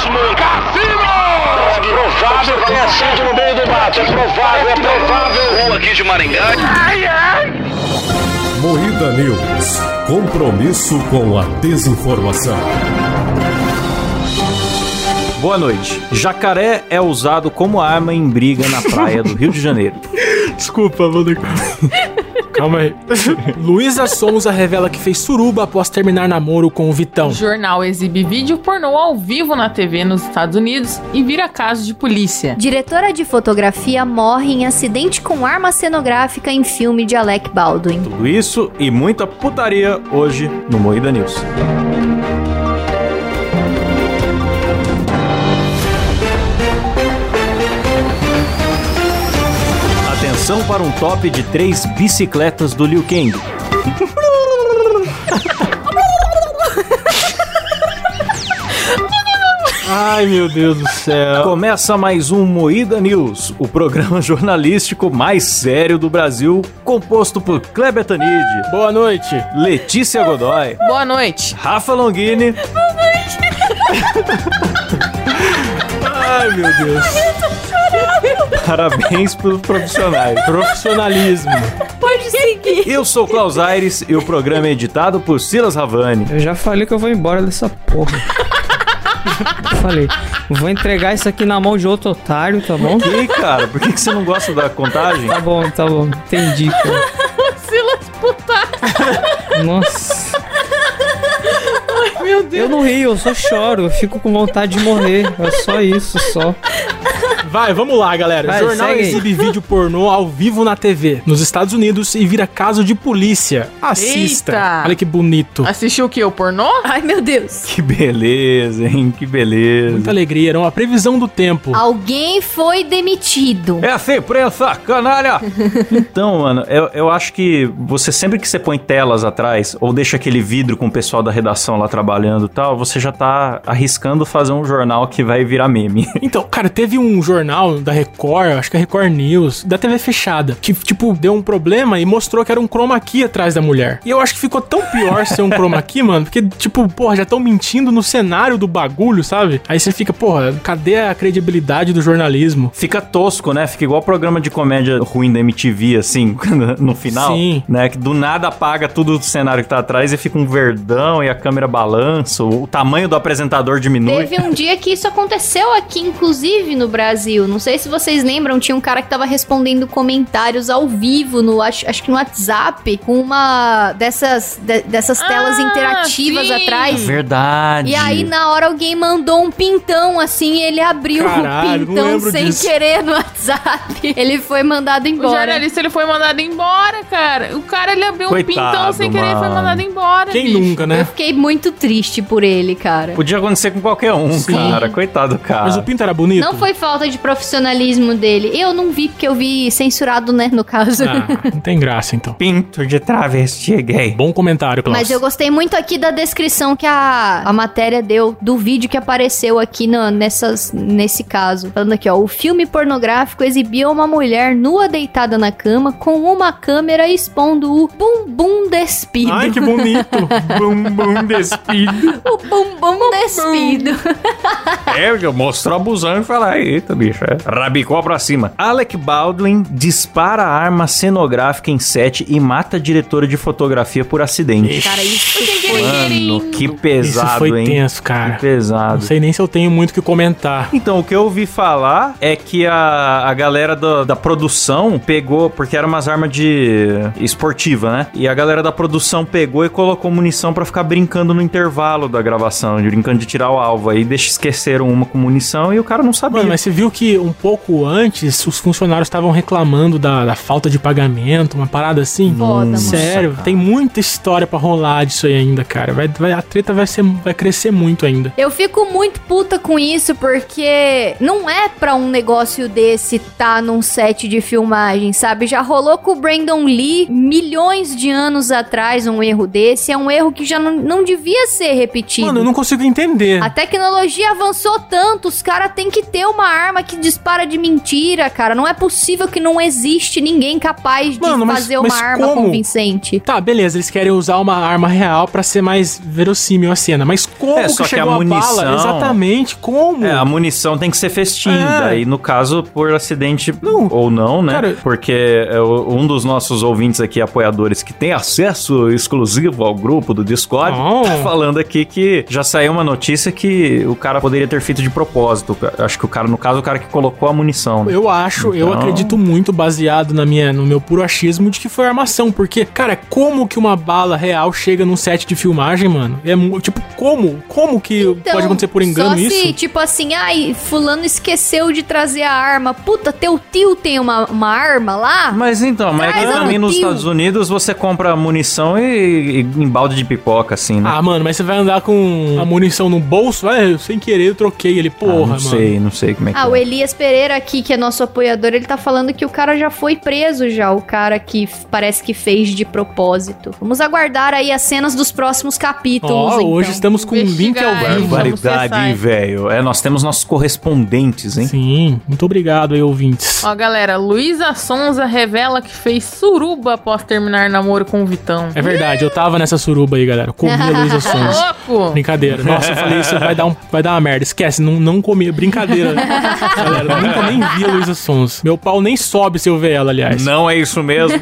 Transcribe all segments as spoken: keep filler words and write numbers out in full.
mesmo. Cassino! É provável que tenha sido no meio do mato. É provável, é provável. Rua aqui de Maringá. Ai, ai. Moída News. Compromisso com a desinformação. Boa noite. Jacaré é usado como arma em briga na praia do Rio de Janeiro. Desculpa, mano. Calma aí. Luísa Sonza revela que fez suruba após terminar namoro com o Vitão. O jornal exibe vídeo pornô ao vivo na T V nos Estados Unidos e vira caso de polícia. Diretora de fotografia morre em acidente com arma cenográfica em filme de Alec Baldwin. Tudo isso e muita putaria hoje no Moída News. Atenção para um top de três bicicletas do Liu Kang. Ai, meu Deus do céu. Começa mais um Moída News, o programa jornalístico mais sério do Brasil, composto por Kleber Tanid. Boa noite. Letícia Godoy. Boa noite. Rafa Longini. Boa noite. Ai, meu Deus. Parabéns pelos profissionais. Profissionalismo. Pode seguir. Eu sou o Klaus Aires e o programa é editado por Silas Havani. Eu já falei que eu vou embora dessa porra. Eu falei, vou entregar isso aqui na mão de outro otário, tá bom? E aí, cara, por que, que você não gosta da contagem? Tá bom, tá bom, entendi, cara. Silas puta. Nossa. Ai, meu Deus. Eu não rio, eu só choro, eu fico com vontade de morrer. É só isso, só. Vai, vamos lá, galera. Vai, Jornal exibe vídeo pornô ao vivo na T V nos Estados Unidos e vira caso de polícia. Assista. Eita. Olha que bonito. Assistiu o quê? O pornô? Ai, meu Deus. Que beleza, hein? Que beleza. Muita alegria. Era uma previsão do tempo. Alguém foi demitido. É assim, prensa, canalha! Então, mano, eu, eu acho que você sempre que você põe telas atrás ou deixa aquele vidro com o pessoal da redação lá trabalhando e tal, você já tá arriscando fazer um jornal que vai virar meme. Então, cara, teve um jornal da Record, acho que é Record News, da T V fechada, que, tipo, deu um problema e mostrou que era um chroma key atrás da mulher. E eu acho que ficou tão pior ser um chroma key, mano, porque, tipo, porra, já estão mentindo no cenário do bagulho, sabe? Aí você fica, porra, cadê a credibilidade do jornalismo? Fica tosco, né? Fica igual programa de comédia ruim da M T V, assim, no final. Sim. Né? Que do nada apaga tudo do cenário que tá atrás e fica um verdão e a câmera balança, o tamanho do apresentador diminui. Teve um dia que isso aconteceu aqui, inclusive, no Brasil. Não sei se vocês lembram, tinha um cara que tava respondendo comentários ao vivo, no, acho, acho que no WhatsApp, com uma dessas, de, dessas telas ah, interativas sim. atrás. Verdade. E aí, na hora, alguém mandou um pintão, assim, ele abriu Caralho, o pintão sem disso. querer no WhatsApp. Ele foi mandado O embora. jornalista, ele foi mandado embora, cara. O cara, ele abriu Coitado, um pintão sem querer e foi mano. mandado embora, Quem bicho. nunca, Eu né? fiquei muito triste por ele, cara. Podia acontecer com qualquer um, Sim. cara. Coitado do cara. Mas o pinto era bonito? Não foi falta de profissionalismo dele. Eu não vi, porque eu vi censurado, né, no caso. Ah, não tem graça, então. Pinto de travesti gay. Bom comentário, Klaus. Mas eu gostei muito aqui da descrição que a, a matéria deu do vídeo que apareceu aqui no, nessas, nesse caso. Falando aqui, ó. O filme pornográfico exibia uma mulher nua deitada na cama com uma câmera expondo o bumbum despido. Ai, que bonito. Bumbum despido. O bumbum despido. É, eu mostrou abusando e falar, eita, bicho, é. Rabicó pra cima. Alec Baldwin dispara a arma cenográfica em set e mata a diretora de fotografia por acidente. Cara, isso foi... Mano, que pesado, Isso foi hein? tenso, cara. Que pesado. Não sei nem se eu tenho muito o que comentar. Então, o que eu ouvi falar é que a, a galera do, da produção pegou, porque eram umas armas de esportiva, né? E a galera da produção pegou e colocou munição pra ficar brincando no intervalo da gravação, brincando de tirar o alvo. Aí deixa, esqueceram uma com munição e o cara não sabia. Mano, mas você viu que um pouco antes os funcionários estavam reclamando da, da falta de pagamento, uma parada assim? Foda, mano. Sério, cara. tem muita história pra rolar disso aí ainda, cara. Vai, vai, a treta vai, ser, vai crescer muito ainda. Eu fico muito puta com isso, porque não é pra um negócio desse tá num set de filmagem, sabe? Já rolou com o Brandon Lee milhões de anos atrás um erro desse. É um erro que já não, não devia ser repetido. Mano, eu não consigo entender. A tecnologia avançou falou tanto, os caras têm que ter uma arma que dispara de mentira, cara. Não é possível que não existe ninguém capaz de Mano, mas- fazer mas uma arma como? convincente. Tá, beleza, eles querem usar uma arma real pra ser mais verossímil a cena, mas como É, só que que a chegou a, munição- bala? Exatamente, como? É, a munição tem que ser festinha. É. Daí, no caso, por acidente Não. ou não, né? Cara- Porque é, o- um dos nossos ouvintes aqui, apoiadores, que tem acesso exclusivo ao grupo do Discord, Oh. tá falando aqui que já saiu uma notícia que o cara poderia ter feito de propósito. Acho que o cara, no caso, o cara que colocou a munição. Né? Eu acho, eu Então- acredito muito, baseado na minha, no meu puro achismo, de que foi armação. Porque, cara, como que uma bala real chega num set de filmagem, mano? É mu- tipo, como? Como que Então, pode acontecer por engano só isso? se, tipo assim, ai, fulano esqueceu de trazer a arma. Puta, teu tio tem uma, uma arma lá? Mas então, mas Traz aqui a também do nos tio. Estados Unidos você compra munição e, e em balde de pipoca, assim, né? Ah, mano, mas você vai andar com a munição no bolso? Ah, sem querer eu troquei ele, Ah, porra, não mano. sei, não sei como é que Ah, é. o Elias Pereira aqui, que é nosso apoiador, ele tá falando que o cara já foi preso já, o cara que f- parece que fez de propósito. Vamos aguardar aí as cenas dos próximos capítulos, Ó, então. hoje estamos com um link ao Investigar, vivo. Vamos Barbaridade, acessar. hein, velho. É, nós temos nossos correspondentes, hein? Sim, muito obrigado aí, ouvintes. Ó, galera, Luísa Sonza revela que fez suruba após terminar namoro com o Vitão. É verdade, eu tava nessa suruba aí, galera. Comi a Luísa Sons. Louco! Brincadeira. Nossa, eu falei isso, vai dar, um, vai dar uma merda. Esquece, não, não comi. Brincadeira. Galera, eu nunca nem vi a Luísa Sons. Meu pau nem sobe se eu ver ela, aliás. Não é isso mesmo.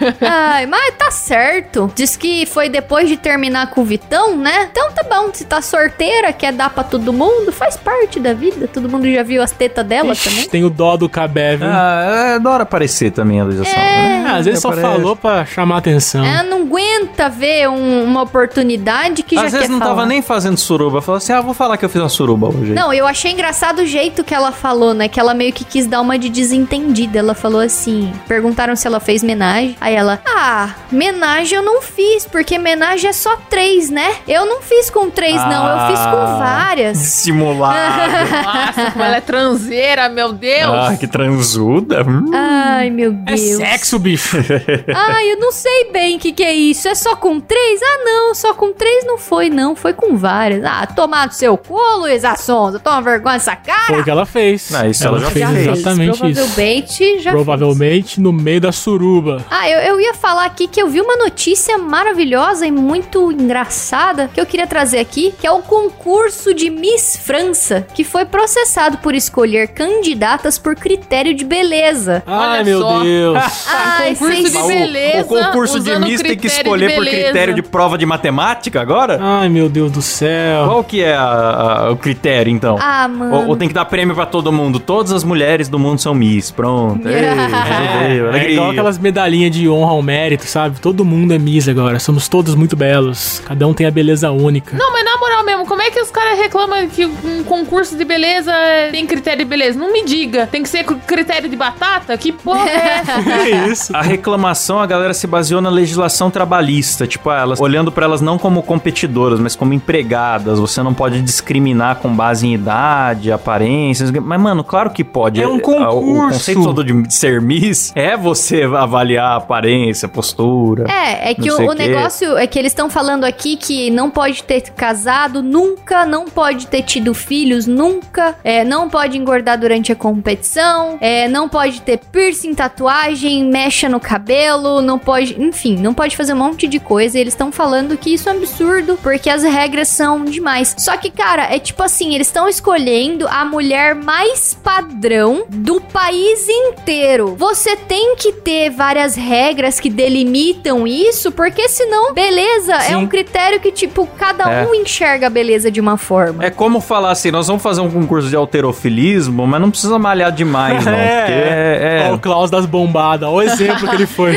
Ai, mas tá certo. Diz que foi depois de terminar com o Vitão, né? Então tá bom, se tá sorteira, quer dar pra todo mundo, faz parte da vida. Todo mundo já viu as tetas dela Ixi, também. tem o dó do Cabé, viu? Ah, é, adora aparecer também a Luísa Sonza, né? Ah, às vezes só Aparece. falou pra chamar atenção. Ela não aguenta ver um- uma oportunidade que já Às quer vezes não falar. tava nem fazendo suruba. Falou assim, ah, vou falar que eu fiz uma suruba hoje. Não, eu achei engraçado o jeito que ela falou, né? Que ela meio que quis dar uma de desentendida. Ela falou assim: perguntaram se ela fez homenagem. Aí ela, ah, homenagem eu não fiz, porque homenagem é só três, né? Eu não fiz com três, não, eu fiz com Ah. várias. Dissimulado. Nossa, como ela é transeira, meu Deus! Ah, que transuda. Hum. Ai, meu É Deus. sexo, bicho. Ai, eu não sei bem o que, que é isso. É só com três? Ah, não, só com três não foi, não. Foi com várias. Ah, tomar no seu cu, Luísa Sonza. Toma vergonha dessa cara. Foi o que ela fez. Ah, isso ela já fez fez. exatamente isso. Provavelmente já Provavelmente no meio da suruba. Ah, eu, eu ia falar aqui que eu vi uma notícia maravilhosa e muito engraçada que eu queria trazer aqui, que é o concurso de Miss França, que foi processado por escolher candidatas por critério de beleza. Ai, Olha meu só. Deus. Ai, concurso vocês... de O- beleza. O concurso de usando Miss tem que critério escolher de por beleza. critério de prova de matemática agora? Ai, meu Deus do céu. Qual que é a- a- o critério, então? Ah, mano. Ou, ou tem que dar prêmio pra todo mundo? Todas as mulheres do mundo são Miss. Pronto. Ei, resolveu. É Alegria. igual aquelas medalhinhas de honra ao mérito, sabe? Todo mundo é Miss agora. Somos todos muito belos. Cada um tem a beleza única. Não, mas na moral mesmo, como é que os caras reclamam que um concurso de beleza tem critério de beleza? Não me diga. Tem que ser com critério de batata? Que porra é essa? É isso. A reclamação, a galera se baseou na legislação trabalhista. Tipo, ah, elas olhando pra elas não como competidoras, mas como empregadas. Você não pode discriminar com base em idade, aparências. Mas, mano, claro que pode. É um O- O concurso. conceito todo de ser Miss é você avaliar a aparência, a postura. É, é que Não o, sei o o quê. negócio é que eles estão falando aqui que não pode ter casado nunca, não pode ter tido filhos nunca, é, não pode engordar durante a competição, é, não pode ter piercing, tatuagem, mecha no cabelo, não pode, enfim, não pode fazer um monte de coisa. E eles estão falando que isso é um absurdo, porque as regras são demais. Só que, cara, é tipo assim, eles estão escolhendo a mulher mais padrão do país inteiro. Você tem que ter várias regras que delimitam isso, porque senão, beleza, Sim. é um critério que, tipo, cada É. um enxerga a beleza de uma forma. É como falar assim, nós vamos fazer um concurso de alterofilismo, mas não precisa malhar demais, não. Porque é... Ó, o Klaus das bombadas. Olha o exemplo que ele foi.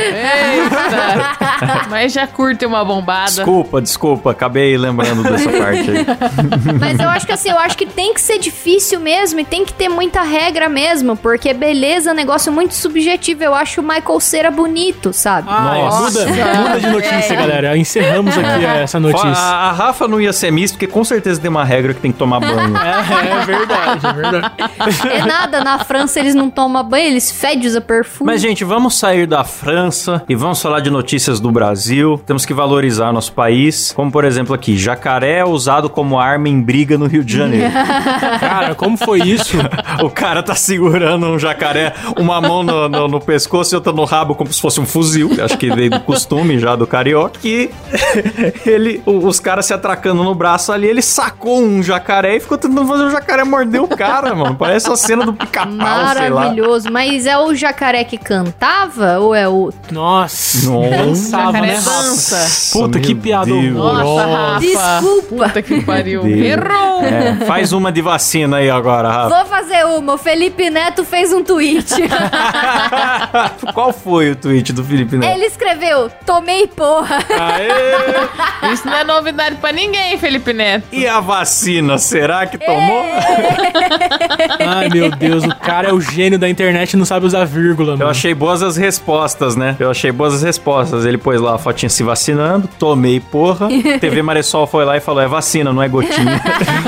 Eita. Mas já curte uma bombada. Desculpa, desculpa, acabei lembrando dessa parte aí. Mas eu acho que assim, eu acho que tem que ser difícil mesmo e tem que ter muita regra mesmo, porque beleza é um negócio muito subjetivo. Eu acho o Michael Cera bonito, sabe? Ai, Nossa. muda, muda de notícia, galera. Encerramos aqui essa notícia. A, a Rafa não ia ser Miss, porque com certeza tem uma regra que tem que tomar banho. É, é verdade, é verdade. É nada, na França eles não tomam banho, eles fedem, usam perfume. Mas, gente, vamos sair da França e vamos falar de notícias do Brasil. Temos que valorizar nosso país. Como, por exemplo, aqui, jacaré é usado como arma em briga no Rio de Janeiro. Cara, como foi isso? O cara tá segurando um jacaré, uma mão no, no, no pescoço e outra no rabo, como se fosse um fuzil. Acho que veio do costume já do carioca. Que ele, os caras se atracando no braço ali, ele sacou um jacaré e ficou tentando fazer o jacaré morder o cara, mano. Parece a cena do Pica-Pau, sei lá. Maravilhoso. Mas é o jacaré que cantava ou é o... Nossa, Nossa. dançava, Jacaré né? dança. Puta, que Meu piada Deus. Nossa, horrorosa. Rafa. Desculpa. Puta que pariu. Deus. Errou. É, faz uma de vacina aí agora, Rafa. Vou fazer uma. O Felipe Neto fez um tweet. Qual foi o tweet do Felipe Neto? Ele escreveu, tomei porra. Aê! Isso não é novidade pra ninguém, Felipe Neto. E a vacina, será que tomou? Ai, meu Deus, o cara é o gênio da internet e não sabe usar vírgula, mano. Eu achei boas as respostas, né? Eu achei boas as respostas. Ele pôs lá a fotinha se vacinando, tomei porra. T V Maressol foi lá e falou, é vacina, não é gotinha.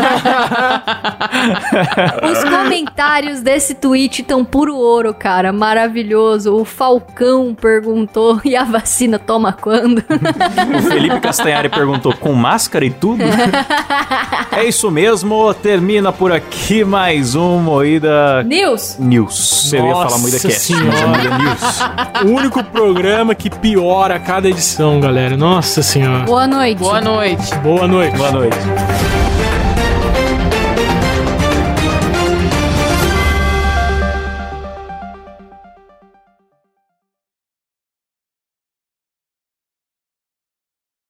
Os comentários desse tweet tão puro ouro, cara. Maravilhoso. O Falcão perguntou, e a vacina toma quando? O Felipe Castanhari perguntou, com máscara e tudo? É isso mesmo, termina por aqui mais um Moída News. News. Eu ia falar Moída Nossa Cast, mas é Senhora. Moída News. O único programa que piora a cada edição, galera. Nossa senhora. Boa noite. Boa noite. Boa noite. Boa noite.